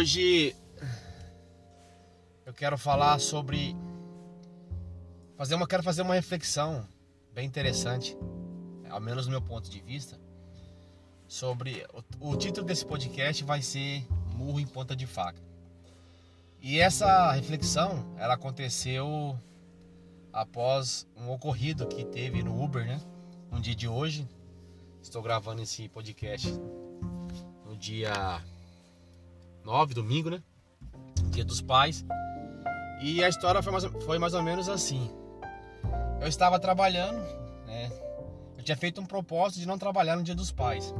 Hoje eu quero falar sobre quero fazer uma reflexão bem interessante, ao menos do meu ponto de vista, sobre o título desse podcast vai ser Murro em Ponta de Faca. E essa reflexão, ela aconteceu após um ocorrido que teve no Uber, né? No dia de hoje. Estou gravando esse podcast no dia 9, domingo, né? Dia dos Pais. E a história foi mais ou menos assim. Eu estava trabalhando, né? Eu tinha feito um propósito de não trabalhar no Dia dos Pais.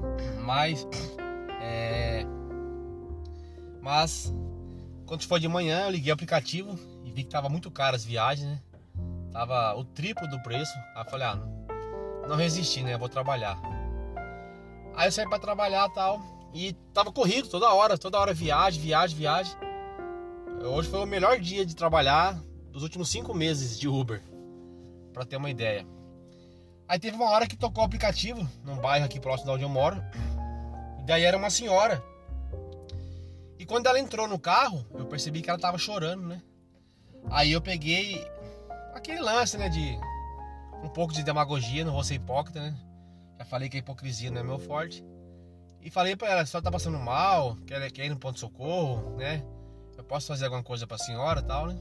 Mas quando foi de manhã, eu liguei o aplicativo e vi que tava muito caro as viagens, né? Tava o triplo do preço. Aí eu falei, não resisti, né? Eu vou trabalhar. Aí eu saí pra trabalhar e tal. E tava corrido toda hora viagem. Hoje foi o melhor dia de trabalhar dos últimos 5 meses de Uber, pra ter uma ideia. Aí teve uma hora que tocou o aplicativo num bairro aqui próximo de onde eu moro. E daí era uma senhora. E quando ela entrou no carro, eu percebi que ela tava chorando, né? Aí eu peguei aquele lance, né, de um pouco de demagogia, não vou ser hipócrita, né? Já falei que a hipocrisia não é meu forte. E falei pra ela, a senhora tá passando mal, quer ir no ponto-socorro, né? Eu posso fazer alguma coisa pra senhora e tal, né?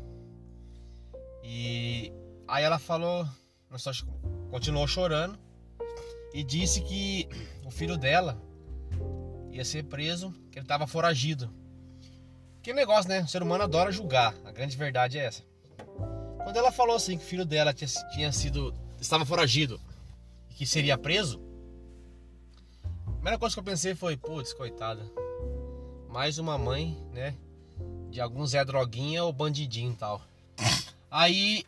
E aí ela falou, continuou chorando e disse que o filho dela ia ser preso, que ele tava foragido. Que negócio, né? O ser humano adora julgar, a grande verdade é essa. Quando ela falou assim que o filho dela estava foragido e que seria preso, a primeira coisa que eu pensei foi, putz, coitada, mais uma mãe, né, de algum Zé Droguinha ou bandidinho e tal. Aí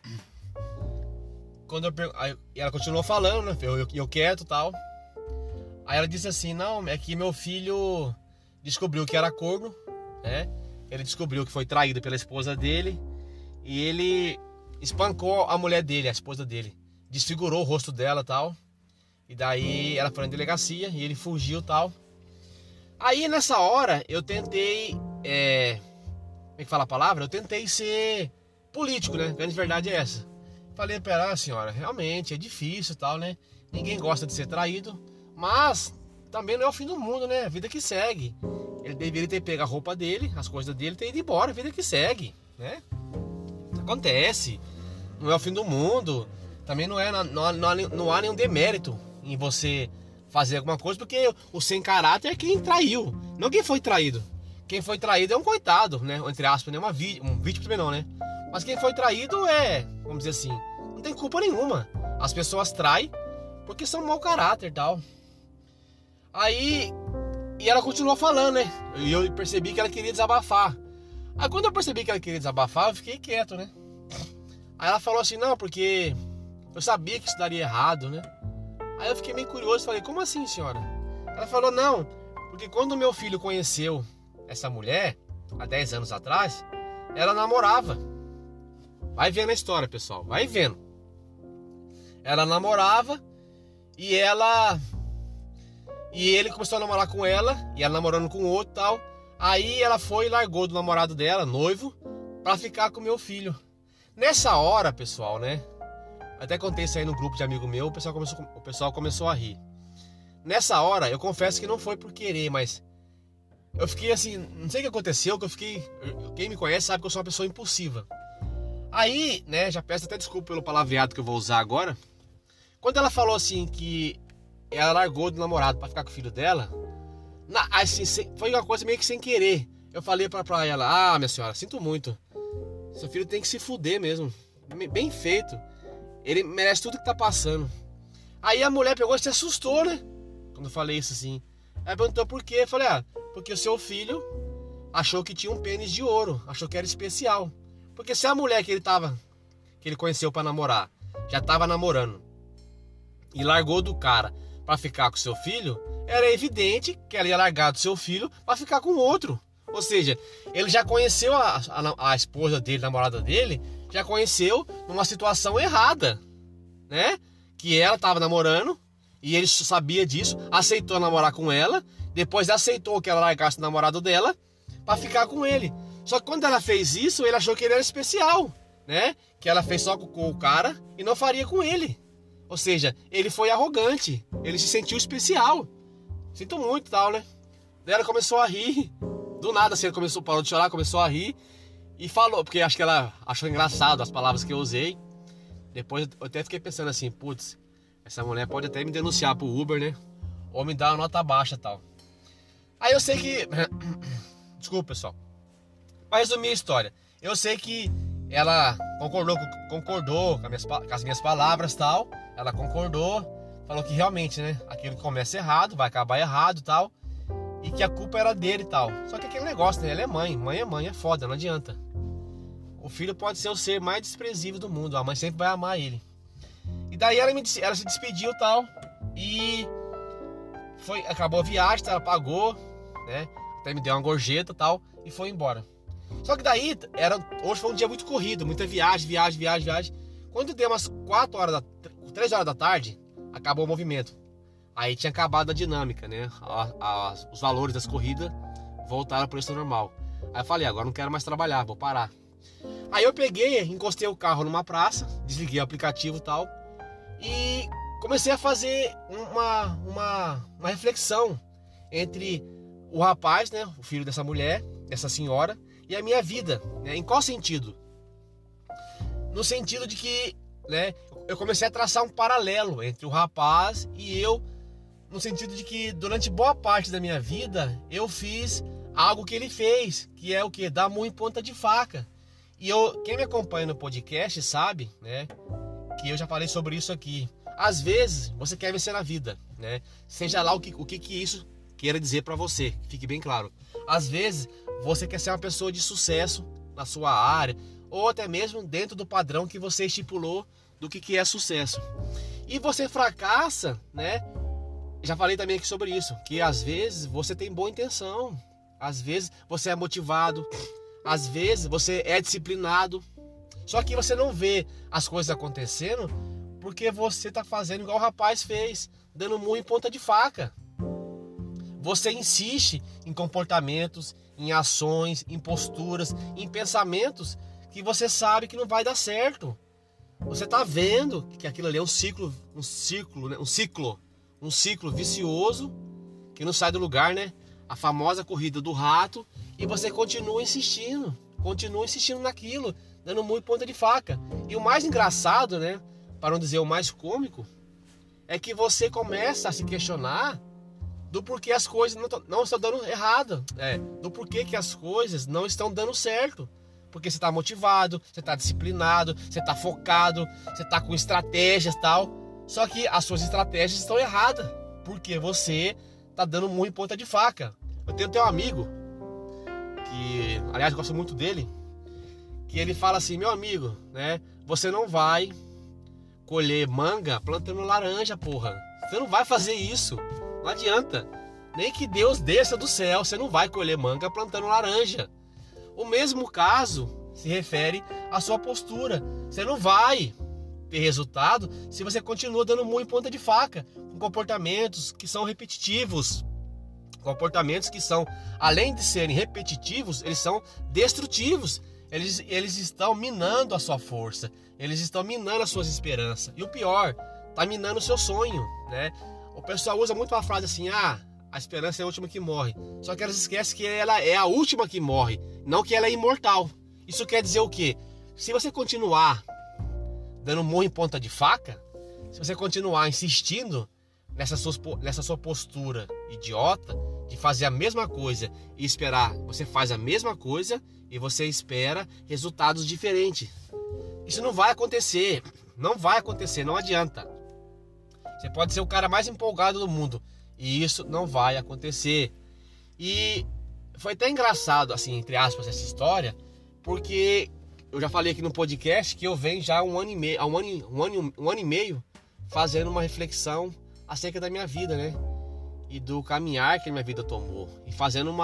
ela continuou falando, né, eu quieto e tal. Aí ela disse assim, não, é que meu filho descobriu que era corno, né, ele descobriu que foi traído pela esposa dele e ele espancou a mulher dele, a esposa dele, desfigurou o rosto dela e tal. E daí ela foi na delegacia e ele fugiu e tal. Aí nessa hora eu tentei, como é que fala a palavra? Eu tentei ser político, né? A grande verdade é essa. Falei pra ela, senhora, realmente é difícil e tal, né? Ninguém gosta de ser traído, mas também não é o fim do mundo, né? A vida que segue. Ele deveria ter pego a roupa dele, as coisas dele, ter ido embora, a vida que segue, né? Acontece, não é o fim do mundo. Também não há nenhum demérito em você fazer alguma coisa, porque o sem caráter é quem traiu, não quem foi traído. Quem foi traído é um coitado, né? Entre aspas, né? Um vítima também não, né? Mas quem foi traído vamos dizer assim, não tem culpa nenhuma. As pessoas traem porque são mau caráter e tal. Aí, e ela continuou falando, né? E eu percebi que ela queria desabafar. Aí quando eu percebi que ela queria desabafar, eu fiquei quieto, né? Aí ela falou assim, não, porque eu sabia que isso daria errado, né? Aí eu fiquei meio curioso, falei, como assim, senhora? Ela falou, não, porque quando meu filho conheceu essa mulher, há 10 anos atrás, ela namorava. Vai vendo a história, pessoal, vai vendo. Ela namorava e ele começou a namorar com ela, e ela namorando com outro e tal. Aí ela foi e largou do namorado dela, noivo, pra ficar com meu filho. Nessa hora, pessoal, né? Até contei isso aí no grupo de amigo meu, o pessoal começou a rir. Nessa hora, eu confesso que não foi por querer, mas eu fiquei assim, não sei o que aconteceu, quem me conhece sabe que eu sou uma pessoa impulsiva. Aí, né, já peço até desculpa pelo palavreado que eu vou usar agora. Quando ela falou assim que ela largou do namorado pra ficar com o filho dela, assim, foi uma coisa meio que sem querer. Eu falei pra ela, minha senhora, sinto muito. Seu filho tem que se fuder mesmo. Bem feito. Ele merece tudo que tá passando. Aí a mulher pegou e se assustou, né? Quando eu falei isso assim. Aí perguntou por quê. Eu falei, porque o seu filho achou que tinha um pênis de ouro. Achou que era especial. Porque se a mulher que ele conheceu pra namorar, já tava namorando e largou do cara pra ficar com seu filho, era evidente que ela ia largar do seu filho pra ficar com outro. Ou seja, ele já conheceu a esposa dele, a namorada dele, já conheceu numa situação errada, né? Que ela estava namorando e ele sabia disso, aceitou namorar com ela, depois aceitou que ela largasse o namorado dela para ficar com ele. Só que quando ela fez isso, ele achou que ele era especial, né? Que ela fez só com o cara e não faria com ele. Ou seja, ele foi arrogante, ele se sentiu especial. Sinto muito e tal, né? Daí ela começou a rir, do nada assim, ele parou de chorar, começou a rir e falou, porque acho que ela achou engraçado as palavras que eu usei. Depois eu até fiquei pensando assim, putz, essa mulher pode até me denunciar pro Uber, né? Ou me dar uma nota baixa e tal. Aí eu sei que... Desculpa, pessoal. Pra resumir a história, eu sei que ela concordou com as minhas palavras e tal. Ela concordou, falou que realmente, né, aquilo que começa errado, vai acabar errado e tal. E que a culpa era dele e tal. Só que aquele negócio, né, ela é mãe. Mãe é foda, não adianta. O filho pode ser o ser mais desprezível do mundo. A mãe sempre vai amar ele. E daí ela se despediu e tal. E acabou a viagem, ela pagou, né? Até me deu uma gorjeta e tal. E foi embora. Só que daí, hoje foi um dia muito corrido. Muita viagem. Quando deu umas 3 horas da tarde, acabou o movimento. Aí tinha acabado a dinâmica, né? Os valores das corridas voltaram ao preço normal. Aí eu falei, agora não quero mais trabalhar, vou parar. Aí eu peguei, encostei o carro numa praça, desliguei o aplicativo e tal, e comecei a fazer uma reflexão entre o rapaz, né, o filho dessa mulher, dessa senhora, e a minha vida, né? Em qual sentido? No sentido de que, né, eu comecei a traçar um paralelo entre o rapaz e eu, no sentido de que durante boa parte da minha vida eu fiz algo que ele fez, que é o quê? Dar murro em ponta de faca. E quem me acompanha no podcast sabe, né, que eu já falei sobre isso aqui. Às vezes você quer vencer na vida, né? Seja lá o que isso queira dizer para você, fique bem claro. Às vezes você quer ser uma pessoa de sucesso na sua área, ou até mesmo dentro do padrão que você estipulou do que é sucesso. E você fracassa, né? Já falei também aqui sobre isso, que às vezes você tem boa intenção, às vezes você é motivado, às vezes você é disciplinado, só que você não vê as coisas acontecendo porque você está fazendo igual o rapaz fez, dando murro em ponta de faca. Você insiste em comportamentos, em ações, em posturas, em pensamentos que você sabe que não vai dar certo. Você está vendo que aquilo ali é um ciclo vicioso que não sai do lugar, né? A famosa corrida do rato, e você continua insistindo naquilo, dando muito ponta de faca. E o mais engraçado, né, para não dizer o mais cômico, é que você começa a se questionar do porquê as coisas não estão dando errado, do porquê que as coisas não estão dando certo. Porque você está motivado, você está disciplinado, você está focado, você está com estratégias e tal. Só que as suas estratégias estão erradas, porque você está dando muito em ponta de faca. Eu tenho um amigo, que aliás eu gosto muito dele, que ele fala assim, meu amigo, né? Você não vai colher manga plantando laranja, porra. Você não vai fazer isso, não adianta. Nem que Deus desça do céu, você não vai colher manga plantando laranja. O mesmo caso se refere à sua postura. Você não vai ter resultado se você continua dando murro em ponta de faca, com comportamentos que são repetitivos. Comportamentos que são, além de serem repetitivos, eles são destrutivos. Eles estão minando a sua força, eles estão minando as suas esperanças. E o pior, está minando o seu sonho, né? O pessoal usa muito uma frase assim, a esperança é a última que morre. Só que elas esquecem que ela é a última que morre, não que ela é imortal. Isso quer dizer o quê? Se você continuar dando murro em ponta de faca, se você continuar insistindo nessa sua postura idiota de fazer a mesma coisa e esperar, você faz a mesma coisa e você espera resultados diferentes. Isso não vai acontecer, não adianta. Você pode ser o cara mais empolgado do mundo, e isso não vai acontecer. E foi até engraçado, assim, entre aspas, essa história, porque eu já falei aqui no podcast que eu venho já há um ano e meio fazendo uma reflexão acerca da minha vida, né? E do caminhar que a minha vida tomou. E fazendo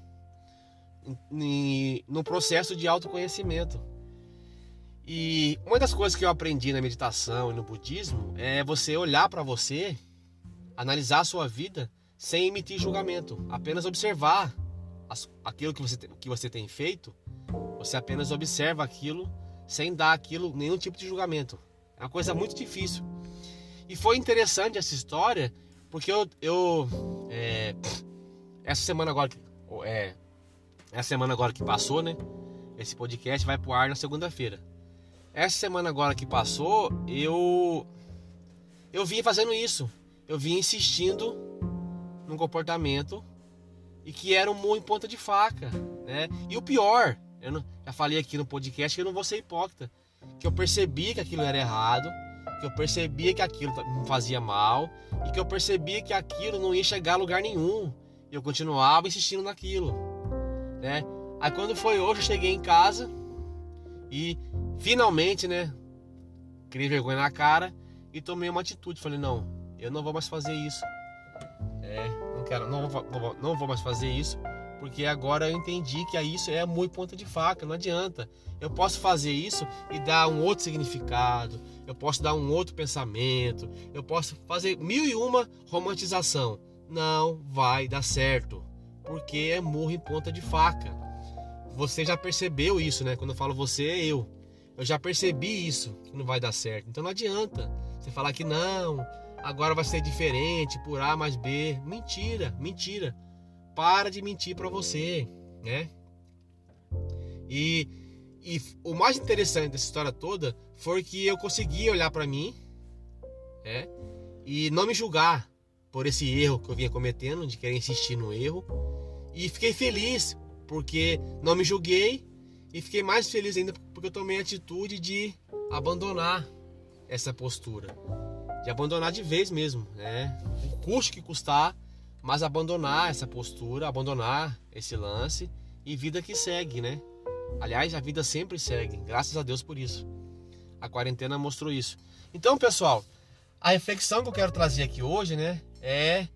no processo de autoconhecimento. E uma das coisas que eu aprendi na meditação e no budismo é você olhar para você, analisar a sua vida sem emitir julgamento, apenas observar aquilo que você tem feito, você apenas observa aquilo sem dar aquilo nenhum tipo de julgamento. É uma coisa muito difícil. E foi interessante essa história, porque essa semana agora que passou, né? Esse podcast vai pro ar na segunda-feira. Essa semana agora que passou, eu vim fazendo isso. Eu vim insistindo num comportamento e que era um murro em ponta de faca, né? E o pior, já falei aqui no podcast que eu não vou ser hipócrita, que eu percebi que aquilo era errado, que eu percebia que aquilo me fazia mal e que eu percebia que aquilo não ia chegar a lugar nenhum. E eu continuava insistindo naquilo, né? Aí quando foi hoje, eu cheguei em casa e finalmente, né, criei vergonha na cara e tomei uma atitude. Falei, não, eu não vou mais fazer isso. Não vou mais fazer isso, porque agora eu entendi que isso é muito ponta de faca, não adianta. Eu posso fazer isso e dar um outro significado, eu posso dar um outro pensamento, eu posso fazer 1001 romantização. Não vai dar certo, porque é murro em ponta de faca. Você já percebeu isso, né? Quando eu falo você, eu já percebi isso, que não vai dar certo. Então não adianta você falar que não, agora vai ser diferente, por A mais B. Mentira. Para de mentir para você, né? E o mais interessante dessa história toda foi que eu consegui olhar para mim, e não me julgar por esse erro que eu vinha cometendo, de querer insistir no erro. E fiquei feliz, porque não me julguei, e fiquei mais feliz ainda porque eu tomei a atitude de abandonar essa postura. De abandonar de vez mesmo, né? O custo que custar, mas abandonar essa postura, abandonar esse lance e vida que segue, né? Aliás, a vida sempre segue, graças a Deus por isso. A quarentena mostrou isso. Então, pessoal, a reflexão que eu quero trazer aqui hoje, né, é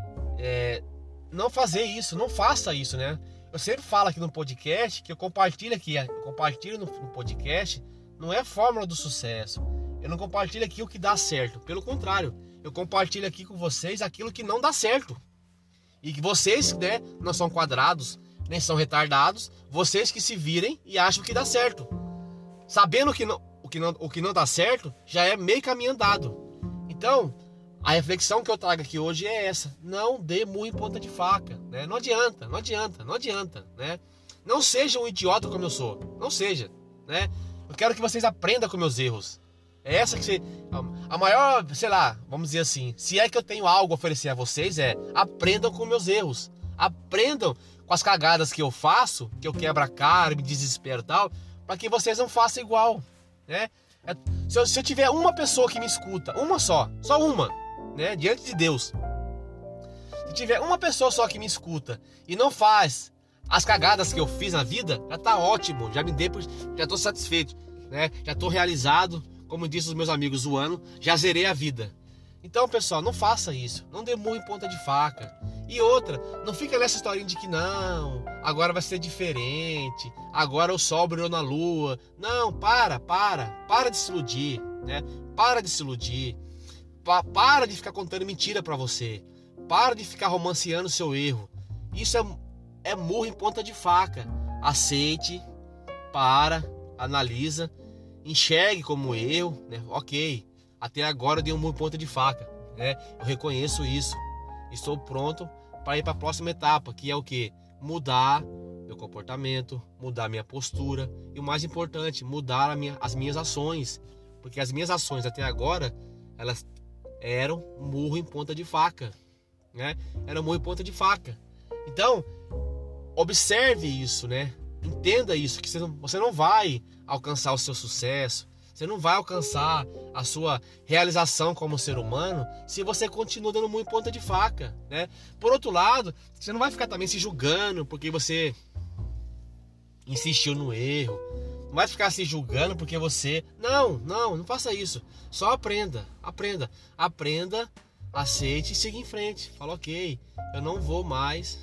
não fazer isso, não faça isso, né? Eu sempre falo aqui no podcast, que eu compartilho no podcast, não é a fórmula do sucesso. Eu não compartilho aqui o que dá certo. Pelo contrário, eu compartilho aqui com vocês aquilo que não dá certo. E que vocês, né, não são quadrados, nem são retardados. Vocês que se virem e acham que dá certo. Sabendo o que não dá certo, já é meio caminho andado. Então, a reflexão que eu trago aqui hoje é essa. Não dê murro em ponta de faca, né? Não adianta, né? Não seja um idiota como eu sou. Não seja, né? Eu quero que vocês aprendam com meus erros. É essa que você... A maior, sei lá, vamos dizer assim, se é que eu tenho algo a oferecer a vocês, aprendam com meus erros. Aprendam com as cagadas que eu faço, que eu quebro a cara, me desespero e tal, para que vocês não façam igual, né? Se eu tiver uma pessoa que me escuta, uma só uma, né, diante de Deus, se tiver uma pessoa só que me escuta e não faz as cagadas que eu fiz na vida, já tá ótimo, já tô satisfeito, né? Já tô realizado, como disse os meus amigos zoando, já zerei a vida. Então, pessoal, não faça isso, não dê murro em ponta de faca. E outra, não fica nessa historinha de que não, agora vai ser diferente, agora o sol brilhou na lua. Não, para de se iludir, né? Para de se iludir. Para de ficar contando mentira pra você. Para de ficar romanceando o seu erro. Isso é murro em ponta de faca. Aceite, analisa, enxergue como erro, né? Ok, até agora eu dei um murro em ponta de faca, né? Eu reconheço isso. Estou pronto para ir para a próxima etapa, que é o quê? Mudar meu comportamento, mudar minha postura e o mais importante, mudar as minhas ações. Porque as minhas ações até agora, elas eram murro em ponta de faca, né? Era murro em ponta de faca. Então, observe isso, né? Entenda isso, que você não vai alcançar o seu sucesso, você não vai alcançar a sua realização como ser humano se você continua dando murro em ponta de faca, né? Por outro lado, você não vai ficar também se julgando porque você insistiu no erro. Não vai ficar se julgando porque você... Não faça isso. Só aprenda, aceite e siga em frente. Fala, ok, eu não vou mais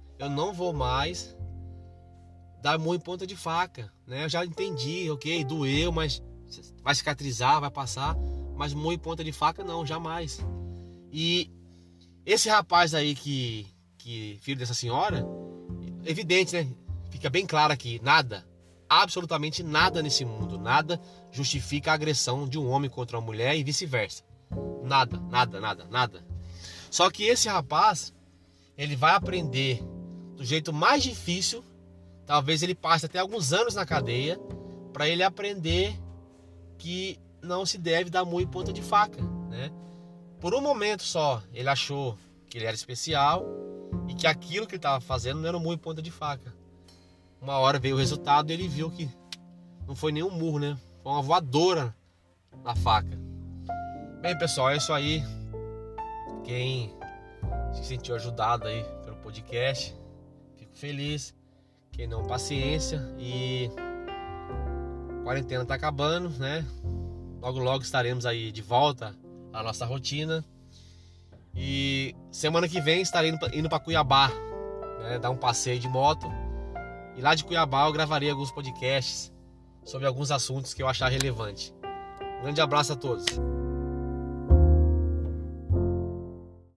dar murro em ponta de faca, né? Eu já entendi, ok, doeu, mas vai cicatrizar, vai passar, mas murro em ponta de faca não, jamais. E esse rapaz aí que filho dessa senhora, evidente, né? Fica bem claro aqui, nada, absolutamente nada nesse mundo, nada justifica a agressão de um homem contra uma mulher e vice-versa. Nada, nada, nada, nada. Só que esse rapaz, ele vai aprender do jeito mais difícil, talvez ele passe até alguns anos na cadeia, para ele aprender que não se deve dar murro em ponta de faca, né? Por um momento só, ele achou que ele era especial e que aquilo que ele estava fazendo não era um murro em ponta de faca. Uma hora veio o resultado e ele viu que não foi nenhum murro, né? Foi uma voadora na faca. Bem, pessoal, é isso aí. Quem se sentiu ajudado aí pelo podcast, fico feliz. Quem não, paciência. E a quarentena tá acabando, né? Logo, logo estaremos aí de volta à nossa rotina. E semana que vem estarei indo para Cuiabá, né? Dar um passeio de moto. E lá de Cuiabá eu gravarei alguns podcasts sobre alguns assuntos que eu achar relevante. Um grande abraço a todos.